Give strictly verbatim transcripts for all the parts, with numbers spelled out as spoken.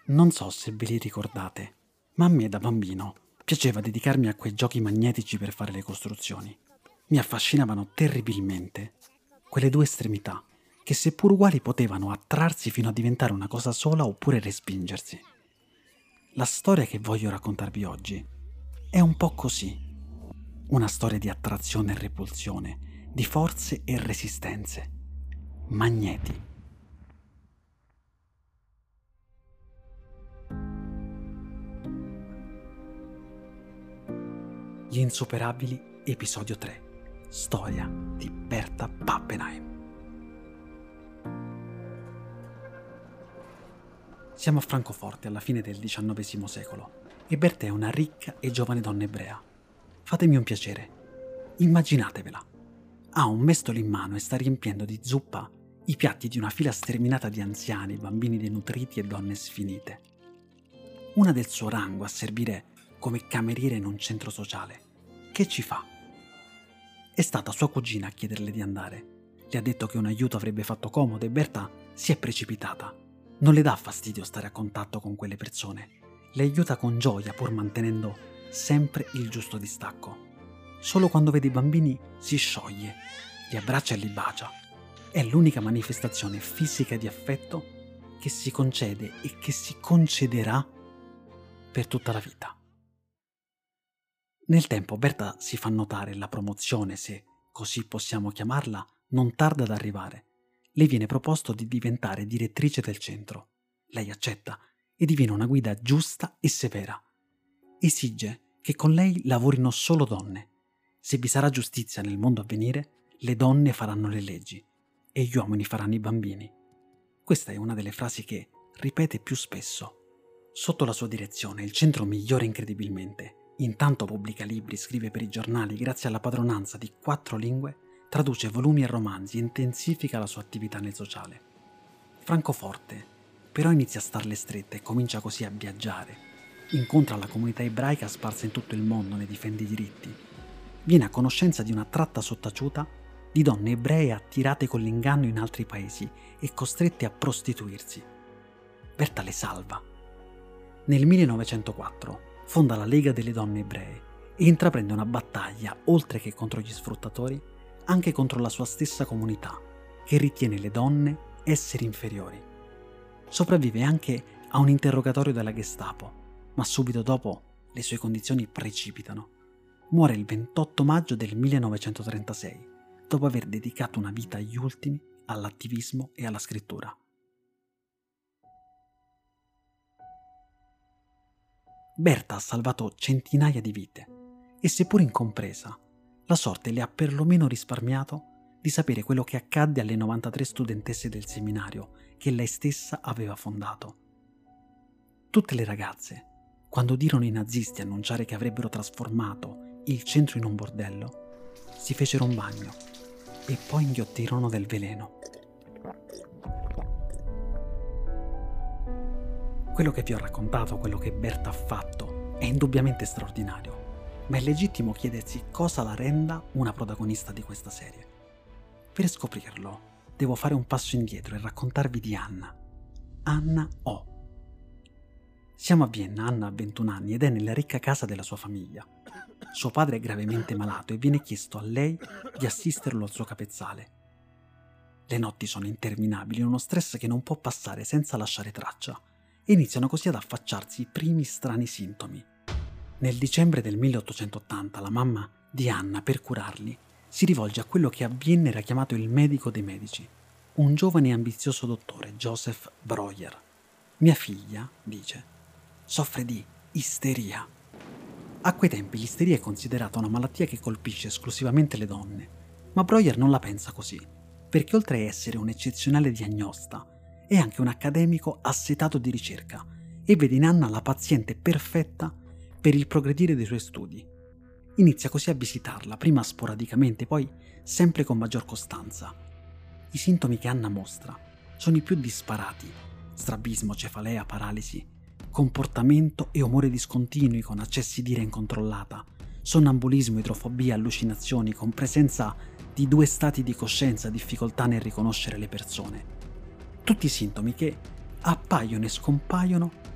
Non so se ve li ricordate, ma a me da bambino piaceva dedicarmi a quei giochi magnetici per fare le costruzioni. Mi affascinavano terribilmente quelle due estremità che, seppur uguali, potevano attrarsi fino a diventare una cosa sola oppure respingersi. La storia che voglio raccontarvi oggi è un po' così. Una storia di attrazione e repulsione, di forze e resistenze. Magneti. Gli insuperabili, episodio tre. Storia di Berta Pappenheim. Siamo a Francoforte alla fine del diciannovesimo secolo e Berta è una ricca e giovane donna ebrea. Fatemi un piacere, immaginatevela. Ha un mestolo in mano e sta riempiendo di zuppa i piatti di una fila sterminata di anziani, bambini denutriti e donne sfinite. Una del suo rango a servire come cameriere in un centro sociale. Che ci fa? È stata sua cugina a chiederle di andare. Le ha detto che un aiuto avrebbe fatto comodo e Berta si è precipitata. Non le dà fastidio stare a contatto con quelle persone. Le aiuta con gioia pur mantenendo sempre il giusto distacco. Solo quando vede i bambini si scioglie, li abbraccia e li bacia. È l'unica manifestazione fisica di affetto che si concede e che si concederà per tutta la vita. Nel tempo Berta si fa notare e la promozione, se così possiamo chiamarla, non tarda ad arrivare. Le viene proposto di diventare direttrice del centro. Lei accetta e diviene una guida giusta e severa. Esige che con lei lavorino solo donne. Se vi sarà giustizia nel mondo a venire, le donne faranno le leggi e gli uomini faranno i bambini. Questa è una delle frasi che ripete più spesso. Sotto la sua direzione il centro migliora incredibilmente. Intanto pubblica libri, scrive per i giornali, grazie alla padronanza di quattro lingue, traduce volumi e romanzi e intensifica la sua attività nel sociale. Francoforte però inizia a starle strette e comincia così a viaggiare. Incontra la comunità ebraica sparsa in tutto il mondo, ne difende i diritti. Viene a conoscenza di una tratta sottaciuta di donne ebree attirate con l'inganno in altri paesi e costrette a prostituirsi. Berta le salva. Nel millenovecentoquattro fonda la Lega delle Donne Ebree e intraprende una battaglia, oltre che contro gli sfruttatori, anche contro la sua stessa comunità, che ritiene le donne esseri inferiori. Sopravvive anche a un interrogatorio della Gestapo, ma subito dopo le sue condizioni precipitano. Muore il ventotto maggio del millenovecentotrentasei, dopo aver dedicato una vita agli ultimi all'attivismo e alla scrittura. Berta ha salvato centinaia di vite e, seppur incompresa, la sorte le ha perlomeno risparmiato di sapere quello che accadde alle novantatré studentesse del seminario che lei stessa aveva fondato. Tutte le ragazze, quando udirono i nazisti annunciare che avrebbero trasformato il centro in un bordello, si fecero un bagno e poi inghiottirono del veleno. Quello che vi ho raccontato, quello che Berta ha fatto, è indubbiamente straordinario, ma è legittimo chiedersi cosa la renda una protagonista di questa serie. Per scoprirlo, devo fare un passo indietro e raccontarvi di Anna. Anna O. Siamo a Vienna, Anna ha ventuno anni ed è nella ricca casa della sua famiglia. Suo padre è gravemente malato e viene chiesto a lei di assisterlo al suo capezzale. Le notti sono interminabili, uno stress che non può passare senza lasciare traccia, e iniziano così ad affacciarsi i primi strani sintomi. Nel dicembre del milleottocentottanta la mamma di Anna, per curarli, si rivolge a quello che a Vienna era chiamato il medico dei medici, un giovane e ambizioso dottore, Joseph Breuer. Mia figlia, dice, soffre di isteria. A quei tempi l'isteria è considerata una malattia che colpisce esclusivamente le donne, ma Breuer non la pensa così, perché oltre a essere un eccezionale diagnosta, è anche un accademico assetato di ricerca e vede in Anna la paziente perfetta per il progredire dei suoi studi. Inizia così a visitarla, prima sporadicamente, poi sempre con maggior costanza. I sintomi che Anna mostra sono i più disparati: strabismo, cefalea, paralisi, comportamento e umore discontinui con accessi di ira incontrollata, sonnambulismo, idrofobia, allucinazioni, con presenza di due stati di coscienza, difficoltà nel riconoscere le persone. Tutti sintomi che appaiono e scompaiono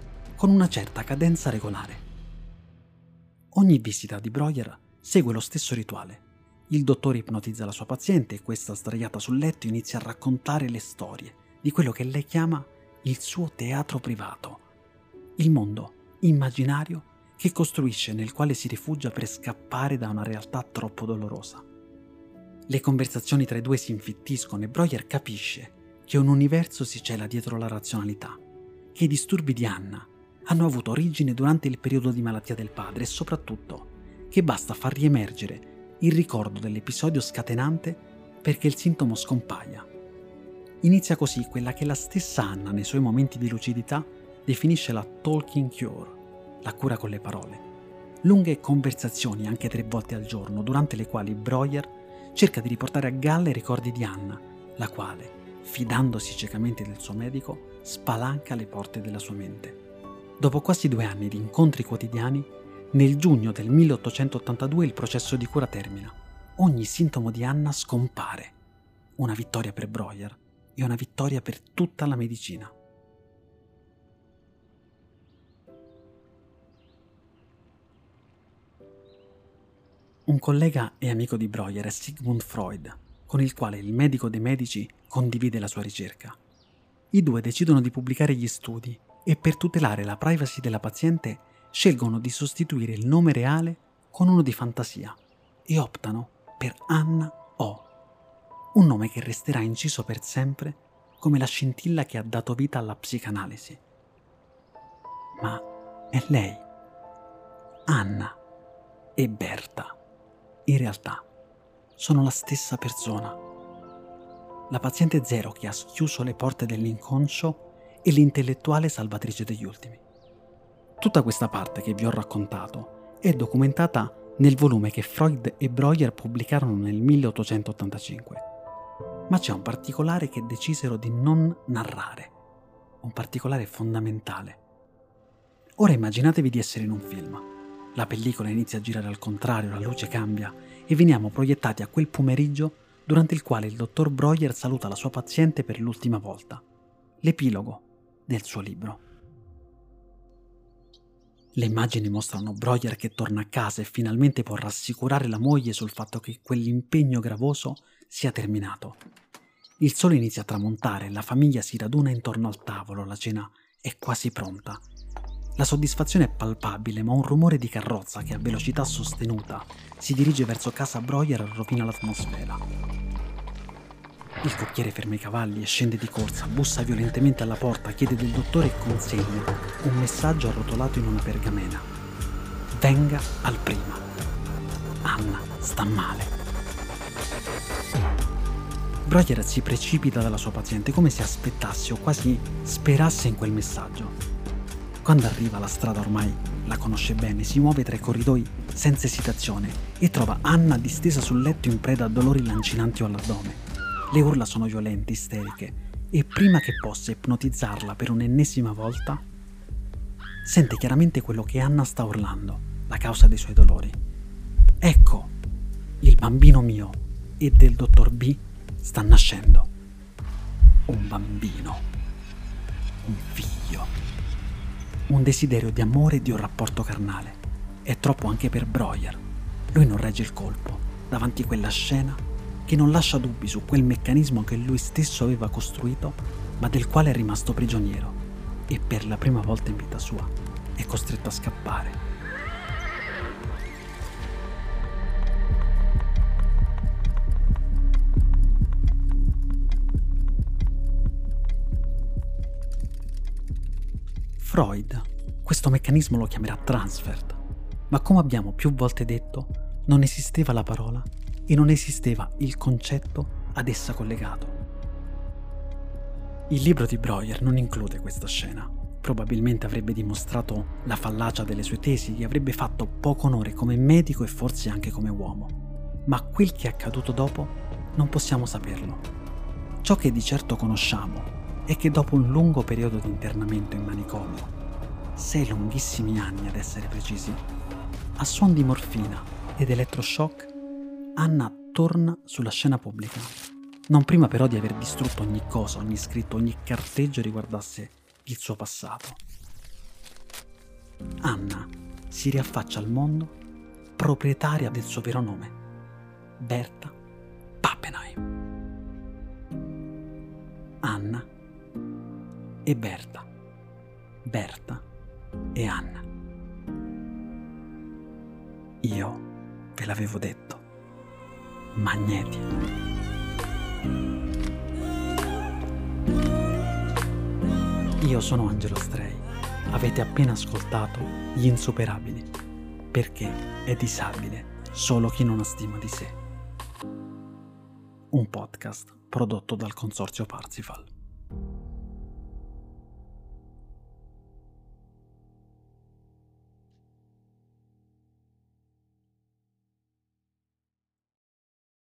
con una certa cadenza regolare. Ogni visita di Breuer segue lo stesso rituale. Il dottore ipnotizza la sua paziente e questa, sdraiata sul letto, inizia a raccontare le storie di quello che lei chiama il suo teatro privato, il mondo immaginario che costruisce, nel quale si rifugia per scappare da una realtà troppo dolorosa. Le conversazioni tra i due si infittiscono e Breuer capisce che un universo si cela dietro la razionalità, che i disturbi di Anna hanno avuto origine durante il periodo di malattia del padre e soprattutto che basta far riemergere il ricordo dell'episodio scatenante perché il sintomo scompaia. Inizia così quella che la stessa Anna, nei suoi momenti di lucidità, definisce la talking cure, la cura con le parole. Lunghe conversazioni, anche tre volte al giorno, durante le quali Breuer cerca di riportare a galla i ricordi di Anna, la quale, fidandosi ciecamente del suo medico, spalanca le porte della sua mente. Dopo quasi due anni di incontri quotidiani, nel giugno del milleottocentottantadue il processo di cura termina. Ogni sintomo di Anna scompare. Una vittoria per Breuer e una vittoria per tutta la medicina. Un collega e amico di Breuer è Sigmund Freud, con il quale il medico dei medici condivide la sua ricerca. I due decidono di pubblicare gli studi e, per tutelare la privacy della paziente, scelgono di sostituire il nome reale con uno di fantasia e optano per Anna O, un nome che resterà inciso per sempre come la scintilla che ha dato vita alla psicanalisi. Ma è lei, Anna e Berta, in realtà sono la stessa persona. La paziente zero che ha schiuso le porte dell'inconscio e l'intellettuale salvatrice degli ultimi. Tutta questa parte che vi ho raccontato è documentata nel volume che Freud e Breuer pubblicarono nel milleottocentottantacinque. Ma c'è un particolare che decisero di non narrare, un particolare fondamentale. Ora immaginatevi di essere in un film. La pellicola inizia a girare al contrario, la luce cambia e veniamo proiettati a quel pomeriggio durante il quale il dottor Breuer saluta la sua paziente per l'ultima volta. L'epilogo del suo libro. Le immagini mostrano Breuer che torna a casa e finalmente può rassicurare la moglie sul fatto che quell'impegno gravoso sia terminato. Il sole inizia a tramontare, la famiglia si raduna intorno al tavolo, la cena è quasi pronta. La soddisfazione è palpabile, ma un rumore di carrozza che a velocità sostenuta si dirige verso casa Breuer rovina l'atmosfera. Il cocchiere ferma i cavalli e scende di corsa, bussa violentemente alla porta, chiede del dottore e consegna un messaggio arrotolato in una pergamena. Venga al prima. Anna sta male. Breuer si precipita dalla sua paziente come se aspettasse o quasi sperasse in quel messaggio. Quando arriva alla strada ormai la conosce bene, si muove tra i corridoi senza esitazione e trova Anna distesa sul letto in preda a dolori lancinanti all'addome. Le urla sono violente, isteriche, e prima che possa ipnotizzarla per un'ennesima volta, sente chiaramente quello che Anna sta urlando, la causa dei suoi dolori. Ecco, il bambino mio e del dottor B sta nascendo. Un bambino. Un figlio. Un desiderio di amore e di un rapporto carnale. È troppo anche per Breuer. Lui non regge il colpo davanti a quella scena che non lascia dubbi su quel meccanismo che lui stesso aveva costruito, ma del quale è rimasto prigioniero e per la prima volta in vita sua è costretto a scappare. Freud questo meccanismo lo chiamerà transfert, ma come abbiamo più volte detto, non esisteva la parola e non esisteva il concetto ad essa collegato. Il libro di Breuer non include questa scena. Probabilmente avrebbe dimostrato la fallacia delle sue tesi, gli avrebbe fatto poco onore come medico e forse anche come uomo. Ma quel che è accaduto dopo non possiamo saperlo. Ciò che di certo conosciamo è che dopo un lungo periodo di internamento in manicomio, sei lunghissimi anni ad essere precisi, a suon di morfina ed elettroshock, Anna torna sulla scena pubblica, non prima però di aver distrutto ogni cosa, ogni scritto, ogni carteggio riguardasse il suo passato. Anna si riaffaccia al mondo proprietaria del suo vero nome, Berta Pappenheim. Anna e Berta, Berta e Anna. Io ve l'avevo detto, magneti. Io sono Angelo Stray. Avete appena ascoltato Gli Insuperabili, perché è disabile solo chi non ha stima di sé. Un podcast prodotto dal Consorzio Parsifal.